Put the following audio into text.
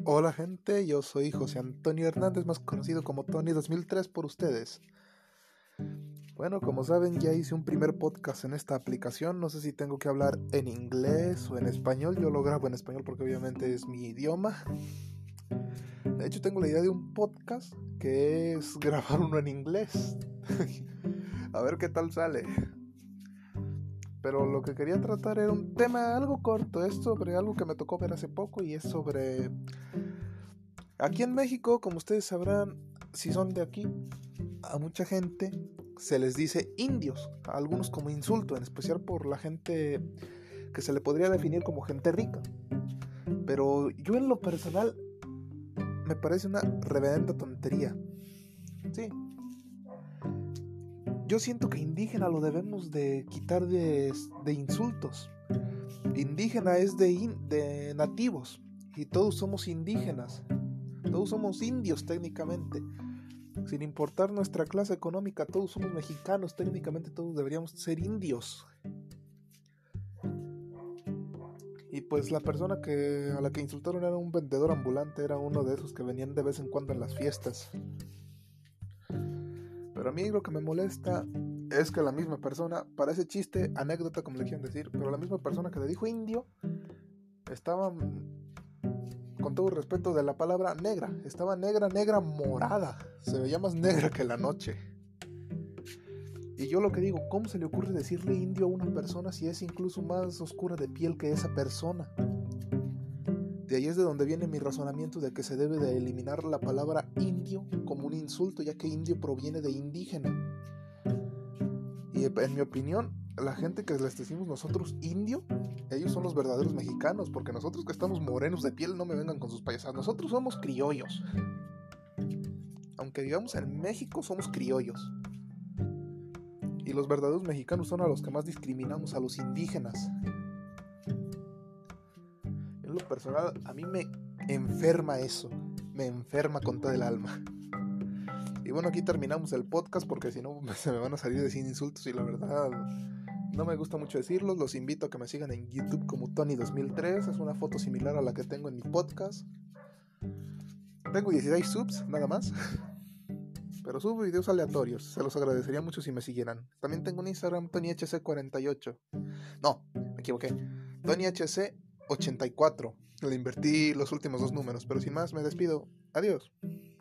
Hola gente, yo soy José Antonio Hernández, más conocido como Tony 2003 por ustedes. Bueno, como saben, ya hice un primer podcast en esta aplicación. No sé si tengo que hablar en inglés o en español. Yo lo grabo en español porque obviamente es mi idioma. De hecho, tengo la idea de un podcast que es grabar uno en inglés. A ver qué tal sale. Pero lo que quería tratar era un tema algo corto. Es sobre algo que me tocó ver hace poco y es sobre... Aquí en México, como ustedes sabrán, si son de aquí, a mucha gente se les dice indios, a algunos como insulto, en especial por la gente que se le podría definir como gente rica. Pero yo en lo personal me parece una reverenda tontería. Sí, yo siento que indígena lo debemos de quitar de insultos. Indígena es de nativos y todos somos indígenas. Todos somos indios técnicamente. Sin importar nuestra clase económica, todos somos mexicanos. Técnicamente todos deberíamos ser indios. Y pues la persona a la que insultaron era un vendedor ambulante. Era uno de esos que venían de vez en cuando en las fiestas. Pero a mí lo que me molesta es que la misma persona, parece chiste, anécdota como le quieran decir, pero la misma persona que le dijo indio estaba, con todo el respeto de la palabra, negra. Estaba negra, morada. Se veía más negra que la noche. Y yo lo que digo, ¿cómo se le ocurre decirle indio a una persona si es incluso más oscura de piel que esa persona? De ahí es de donde viene mi razonamiento de que se debe de eliminar la palabra indio como un insulto, ya que indio proviene de indígena. Y en mi opinión, la gente que les decimos nosotros indio, ellos son los verdaderos mexicanos, porque nosotros que estamos morenos de piel, no me vengan con sus payasadas, nosotros somos criollos. Aunque digamos en México somos criollos. Y los verdaderos mexicanos son a los que más discriminamos, a los indígenas. En lo personal, a mí me enferma eso. Me enferma con todo el alma. Y bueno, aquí terminamos el podcast porque si no se me van a salir de sin insultos y la verdad no me gusta mucho decirlos. Los invito a que me sigan en YouTube como Tony2003. Es una foto similar a la que tengo en mi podcast. Tengo 16 subs, nada más. Pero subo videos aleatorios. Se los agradecería mucho si me siguieran. También tengo un Instagram, TonyHC48. No, me equivoqué. TonyHC84. Le invertí los últimos 2 números. Pero sin más, me despido. Adiós.